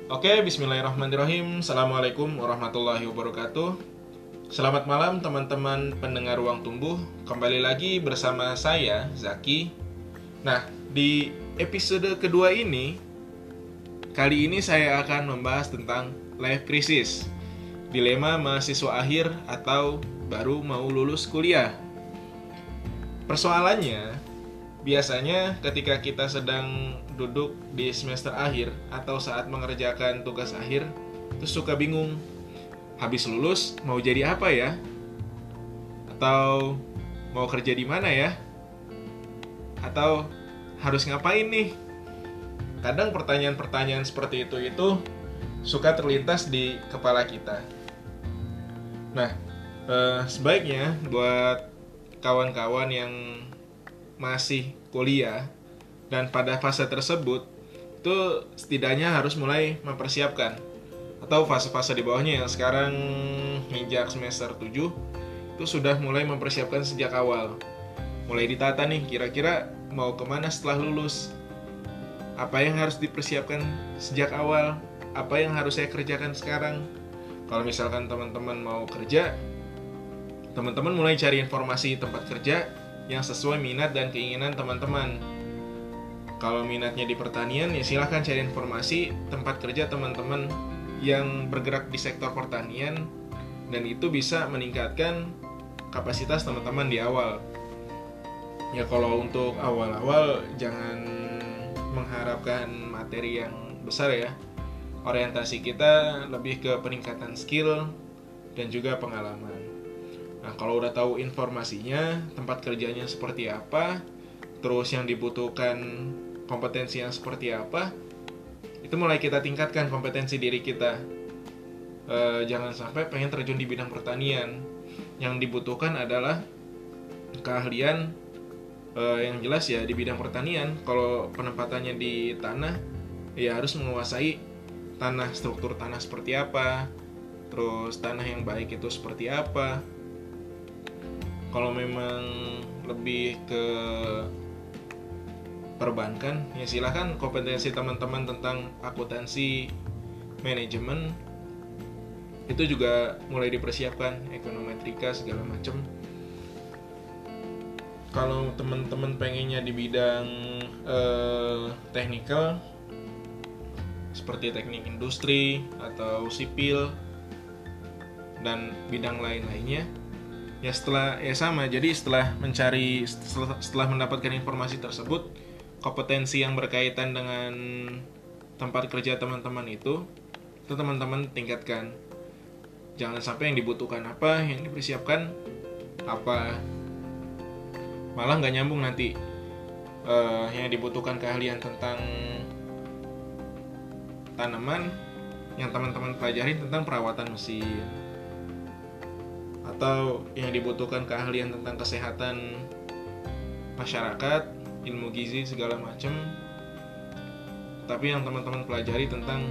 Oke, bismillahirrahmanirrahim. Assalamualaikum warahmatullahi wabarakatuh. Selamat malam teman-teman pendengar Ruang Tumbuh. Kembali lagi bersama saya, Zaki. Nah, di episode kedua ini, kali ini saya akan membahas tentang life crisis, dilema mahasiswa akhir atau baru mau lulus kuliah. Persoalannya, biasanya ketika kita sedang duduk di semester akhir atau saat mengerjakan tugas akhir, terus suka bingung, habis lulus mau jadi apa ya? Atau mau kerja di mana ya? Atau harus ngapain nih? Kadang pertanyaan-pertanyaan seperti itu suka terlintas di kepala kita. Nah, sebaiknya buat kawan-kawan yang masih kuliah dan pada fase tersebut itu setidaknya harus mulai mempersiapkan, atau fase-fase di bawahnya yang sekarang menginjak semester 7 itu sudah mulai mempersiapkan sejak awal. Mulai ditata nih, kira-kira mau kemana setelah lulus, apa yang harus dipersiapkan sejak awal, apa yang harus saya kerjakan sekarang. Kalau misalkan teman-teman mau kerja, teman-teman mulai cari informasi tempat kerja yang sesuai minat dan keinginan teman-teman. Kalau minatnya di pertanian, ya silahkan cari informasi tempat kerja teman-teman yang bergerak di sektor pertanian, dan itu bisa meningkatkan kapasitas teman-teman di awal. Ya kalau untuk awal-awal jangan mengharapkan materi yang besar ya. Orientasi kita lebih ke peningkatan skill dan juga pengalaman. Nah, kalau udah tahu informasinya, tempat kerjanya seperti apa, terus yang dibutuhkan kompetensi yang seperti apa, itu mulai kita tingkatkan kompetensi diri kita. Jangan sampai pengen terjun di bidang pertanian. Yang dibutuhkan adalah keahlian yang jelas ya di bidang pertanian. Kalau penempatannya di tanah, ya harus menguasai tanah, struktur tanah seperti apa, terus tanah yang baik itu seperti apa. Kalau memang lebih ke perbankan, ya silahkan kompetensi teman-teman tentang akuntansi, manajemen itu juga mulai dipersiapkan, ekonometrika segala macam. Kalau teman-teman pengennya di bidang teknikal seperti teknik industri atau sipil dan bidang lain-lainnya, ya setelah mendapatkan informasi tersebut, kompetensi yang berkaitan dengan tempat kerja teman-teman itu teman-teman tingkatkan. Jangan sampai yang dibutuhkan apa, yang dipersiapkan apa, malah nggak nyambung nanti. Yang dibutuhkan keahlian tentang tanaman, yang teman-teman pelajari tentang perawatan mesin, atau yang dibutuhkan keahlian tentang kesehatan masyarakat, ilmu gizi segala macam, tapi yang teman-teman pelajari tentang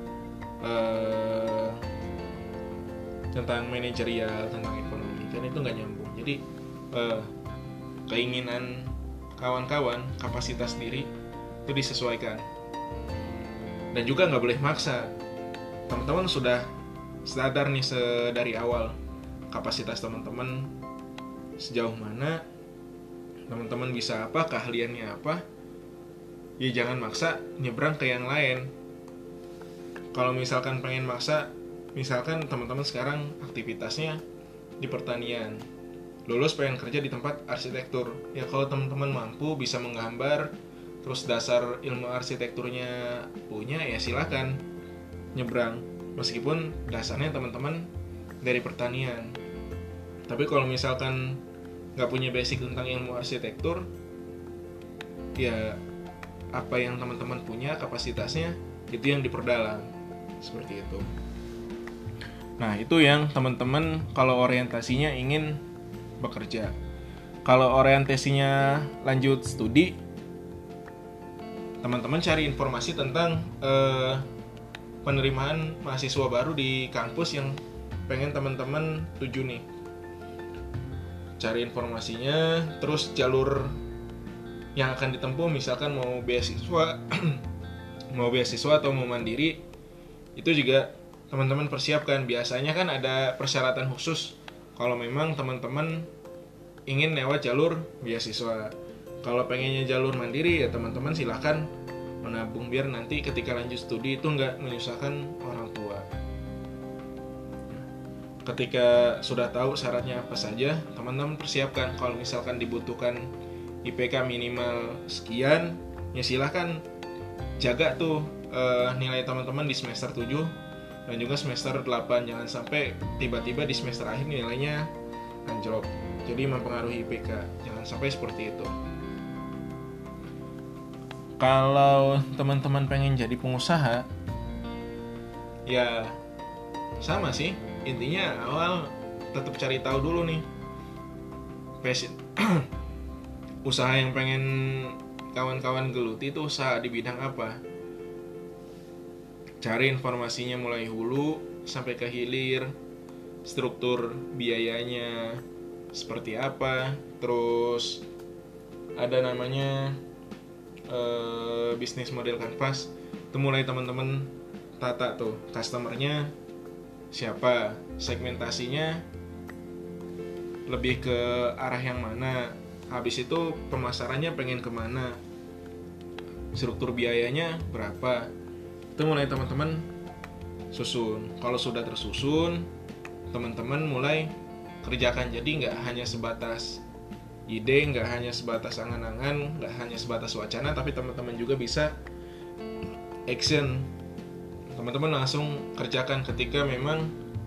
manajerial, tentang ekonomi, kan itu nggak nyambung. Jadi keinginan kawan-kawan, kapasitas diri itu disesuaikan, dan juga nggak boleh maksa. Teman-teman sudah sadar nih dari awal kapasitas teman-teman sejauh mana, teman-teman bisa apa, keahliannya apa, ya jangan maksa nyebrang ke yang lain. Kalau misalkan pengen maksa, misalkan teman-teman sekarang aktivitasnya di pertanian, lulus pengen kerja di tempat arsitektur, ya kalau teman-teman mampu bisa menggambar, terus dasar ilmu arsitekturnya punya, ya silakan nyebrang, meskipun dasarnya teman-teman dari pertanian. Tapi kalau misalkan nggak punya basic tentang ilmu arsitektur, ya apa yang teman-teman punya kapasitasnya itu yang diperdalam, seperti itu. Nah, itu yang teman-teman kalau orientasinya ingin bekerja. Kalau orientasinya lanjut studi, teman-teman cari informasi tentang penerimaan mahasiswa baru di kampus yang pengen teman-teman tuju nih. Cari informasinya, terus jalur yang akan ditempuh, misalkan mau beasiswa atau mau mandiri, Itu juga teman-teman persiapkan. Biasanya kan ada persyaratan khusus kalau memang teman-teman ingin lewat jalur beasiswa. Kalau pengennya jalur mandiri ya teman-teman silahkan menabung biar nanti ketika lanjut studi itu nggak menyusahkan orang tua. Ketika sudah tahu syaratnya apa saja, teman-teman persiapkan. Kalau misalkan dibutuhkan IPK minimal sekian, ya silahkan jaga tuh nilai teman-teman di semester 7 dan juga semester 8. Jangan sampai tiba-tiba di semester akhir nilainya anjlok, jadi mempengaruhi IPK. Jangan sampai seperti itu. Kalau teman-teman pengen jadi pengusaha, ya sama sih. Intinya awal tetap cari tahu dulu nih passion usaha yang pengen kawan-kawan geluti itu usaha di bidang apa. Cari informasinya mulai hulu sampai ke hilir, struktur biayanya seperti apa, terus ada namanya bisnis model kanvas. Itu mulai teman-teman tata tuh customernya siapa, segmentasinya lebih ke arah yang mana, habis itu pemasarannya pengen kemana, struktur biayanya berapa. Itu mulai teman-teman susun. Kalau sudah tersusun, teman-teman mulai kerjakan. Jadi nggak hanya sebatas ide, nggak hanya sebatas angan-angan, nggak hanya sebatas wacana, tapi teman-teman juga bisa action. Teman-teman langsung kerjakan ketika memang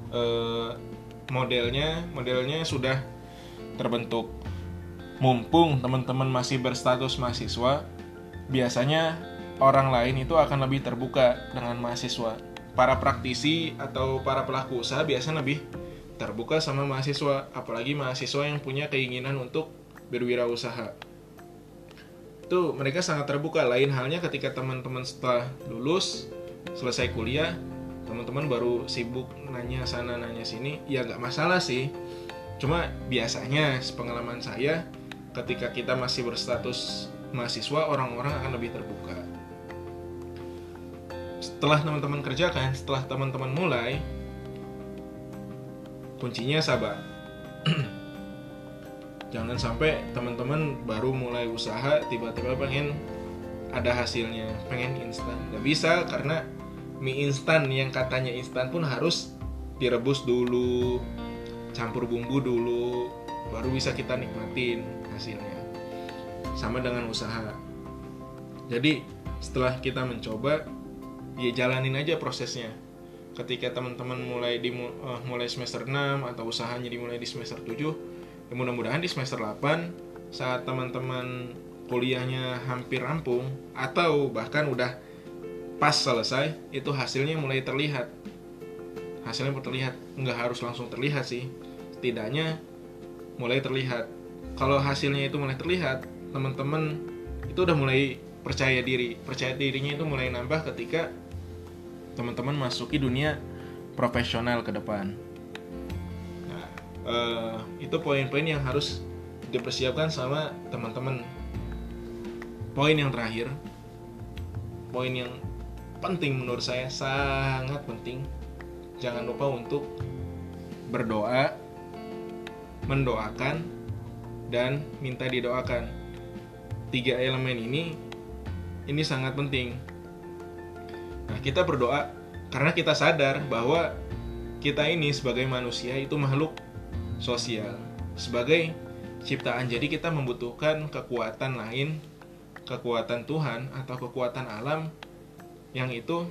modelnya sudah terbentuk. Mumpung teman-teman masih berstatus mahasiswa, biasanya orang lain itu akan lebih terbuka dengan mahasiswa. Para praktisi atau para pelaku usaha biasanya lebih terbuka sama mahasiswa, apalagi mahasiswa yang punya keinginan untuk berwirausaha. Itu mereka sangat terbuka. Lain halnya ketika teman-teman setelah lulus, selesai kuliah, teman-teman baru sibuk nanya sana nanya sini. Ya nggak masalah sih, cuma biasanya sepengalaman saya, ketika kita masih berstatus mahasiswa, orang-orang akan lebih terbuka. Setelah teman-teman kerjakan, setelah teman-teman mulai, kuncinya sabar. Jangan sampai teman-teman baru mulai usaha tiba-tiba pengen ada hasilnya, pengen instan. Gak bisa, karena mie instan yang katanya instan pun harus direbus dulu, campur bumbu dulu, baru bisa kita nikmatin hasilnya. Sama dengan usaha. Jadi setelah kita mencoba, ya jalanin aja prosesnya. Ketika teman-teman mulai semester 6 atau usahanya dimulai di semester 7, ya mudah-mudahan di semester 8 saat teman-teman kuliahnya hampir rampung atau bahkan udah pas selesai, itu hasilnya mulai terlihat. Hasilnya terlihat, nggak harus langsung terlihat sih, setidaknya mulai terlihat. Kalau hasilnya itu mulai terlihat, teman-teman itu udah mulai percaya diri. Percaya dirinya itu mulai nambah ketika teman-teman masuki dunia profesional ke depan. Nah, itu poin-poin yang harus dipersiapkan sama teman-teman. Poin yang terakhir, poin yang penting menurut saya, sangat penting. Jangan lupa untuk berdoa, mendoakan, dan minta didoakan. 3 elemen ini sangat penting. Nah, kita berdoa karena kita sadar bahwa kita ini sebagai manusia itu makhluk sosial, sebagai ciptaan. Jadi kita membutuhkan kekuatan lain, kekuatan Tuhan atau kekuatan alam, yang itu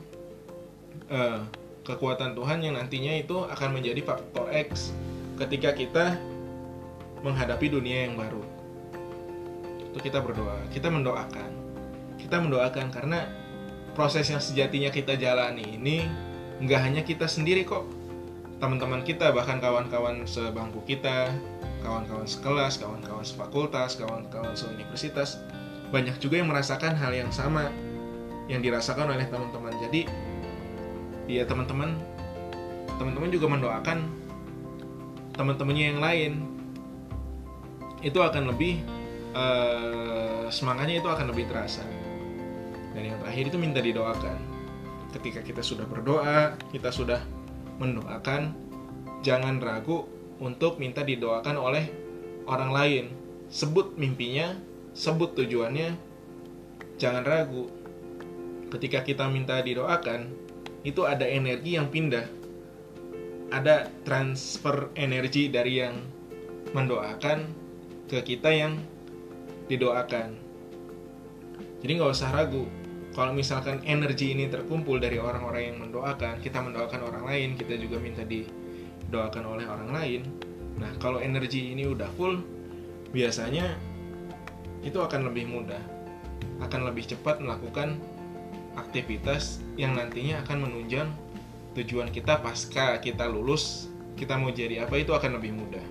kekuatan Tuhan yang nantinya itu akan menjadi faktor X ketika kita menghadapi dunia yang baru. Itu kita berdoa, kita mendoakan karena proses yang sejatinya kita jalani ini nggak hanya kita sendiri kok. Teman-teman kita, bahkan kawan-kawan sebangku kita, kawan-kawan sekelas, kawan-kawan sefakultas, kawan-kawan seuniversitas, banyak juga yang merasakan hal yang sama yang dirasakan oleh teman-teman. Jadi ya teman-teman juga mendoakan teman-temannya yang lain. Itu akan lebih semangatnya itu akan lebih terasa. Dan yang terakhir itu minta didoakan. ketika kita sudah berdoa, kita sudah mendoakan, jangan ragu untuk minta didoakan oleh orang lain. Sebut mimpinya, sebut tujuannya, jangan ragu. Ketika kita minta didoakan, itu ada energi yang pindah. Ada transfer energi dari yang mendoakan ke kita yang didoakan. Jadi nggak usah ragu. Kalau misalkan energi ini terkumpul dari orang-orang yang mendoakan, kita mendoakan orang lain, kita juga minta didoakan oleh orang lain. Nah, kalau energi ini udah full, biasanya itu akan lebih mudah, akan lebih cepat melakukan aktivitas yang nantinya akan menunjang tujuan kita pasca kita lulus, kita mau jadi apa itu akan lebih mudah.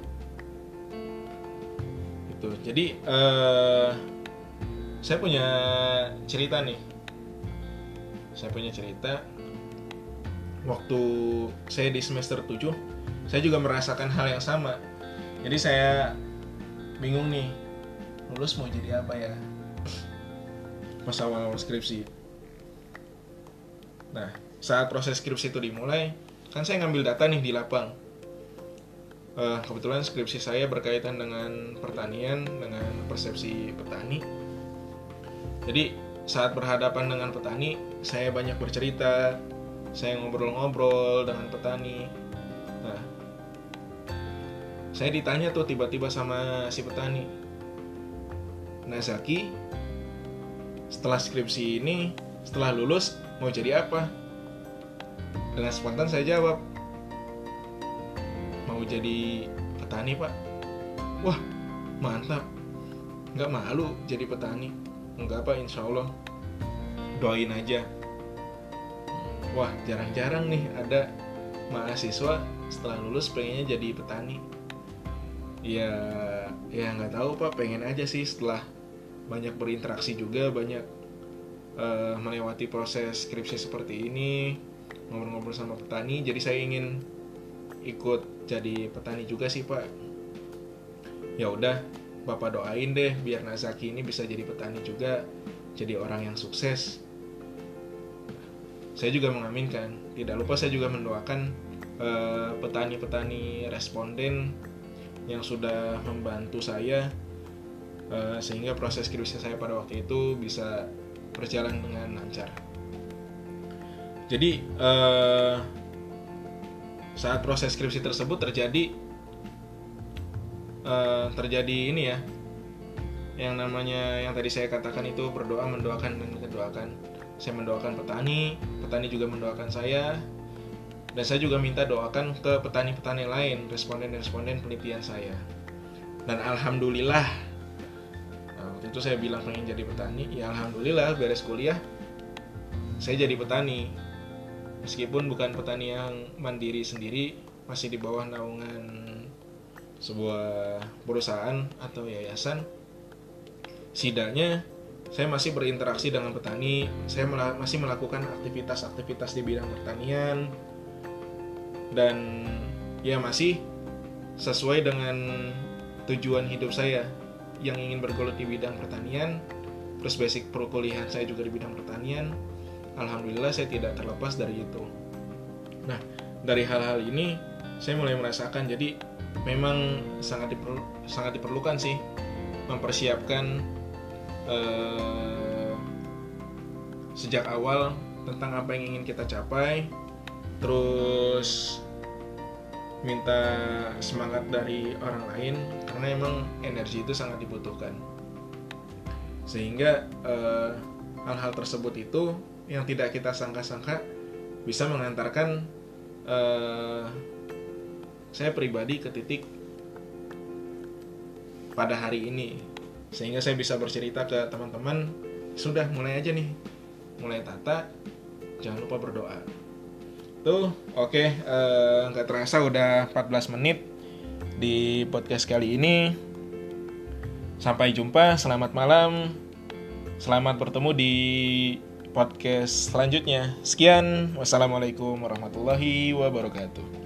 Itu. Jadi saya punya cerita nih. Waktu saya di semester 7, saya juga merasakan hal yang sama. Jadi saya bingung nih, lulus mau jadi apa ya? Pas awal skripsi. Nah, saat proses skripsi itu dimulai, kan saya ngambil data nih di lapang. Kebetulan skripsi saya berkaitan dengan pertanian, dengan persepsi petani. Jadi, saat berhadapan dengan petani, saya banyak bercerita, saya ngobrol-ngobrol dengan petani. Nah, saya ditanya tuh tiba-tiba sama si petani, "Nah Zaki, setelah skripsi ini, setelah lulus, mau jadi apa?" Dengan spontan saya jawab, "Mau jadi petani, Pak." Wah, mantap. Nggak malu jadi petani. Enggak, Pak, insya Allah. Doain aja. Wah, jarang-jarang nih ada mahasiswa setelah lulus pengennya jadi petani. Ya nggak tahu, Pak, pengen aja sih setelah banyak berinteraksi juga, banyak melewati proses skripsi seperti ini, ngobrol-ngobrol sama petani, jadi saya ingin ikut jadi petani juga sih, Pak. Ya udah, Bapak doain deh biar Nazaki ini bisa jadi petani juga, jadi orang yang sukses. Saya juga mengaminkan. Tidak lupa saya juga mendoakan petani-petani responden yang sudah membantu saya sehingga proses skripsi saya pada waktu itu bisa berjalan dengan lancar. Jadi saat proses skripsi tersebut terjadi ini ya, yang namanya yang tadi saya katakan itu berdoa, mendoakan dan mendoakan. Saya mendoakan petani, petani juga mendoakan saya, dan saya juga minta doakan ke petani-petani lain, responden-responden penelitian saya. Dan alhamdulillah, waktu itu saya bilang pengen jadi petani, ya alhamdulillah beres kuliah saya jadi petani. Meskipun bukan petani yang mandiri sendiri, masih di bawah naungan sebuah perusahaan atau yayasan, setidaknya saya masih berinteraksi dengan petani, saya masih melakukan aktivitas-aktivitas di bidang pertanian, dan ya masih sesuai dengan tujuan hidup saya yang ingin bergelut di bidang pertanian. Terus basic perkuliahan saya juga di bidang pertanian. Alhamdulillah saya tidak terlepas dari itu. Nah, dari hal-hal ini saya mulai merasakan, jadi memang sangat diperlukan sih mempersiapkan sejak awal tentang apa yang ingin kita capai, terus minta semangat dari orang lain, karena emang energi itu sangat dibutuhkan. Sehingga hal-hal tersebut itu yang tidak kita sangka-sangka bisa mengantarkan saya pribadi ke titik pada hari ini, sehingga saya bisa bercerita ke teman-teman, sudah mulai aja nih, mulai tata, jangan lupa berdoa. Tuh, oke, nggak terasa udah 14 menit di podcast kali ini. Sampai jumpa, selamat malam, selamat bertemu di podcast selanjutnya. Sekian, wassalamualaikum warahmatullahi wabarakatuh.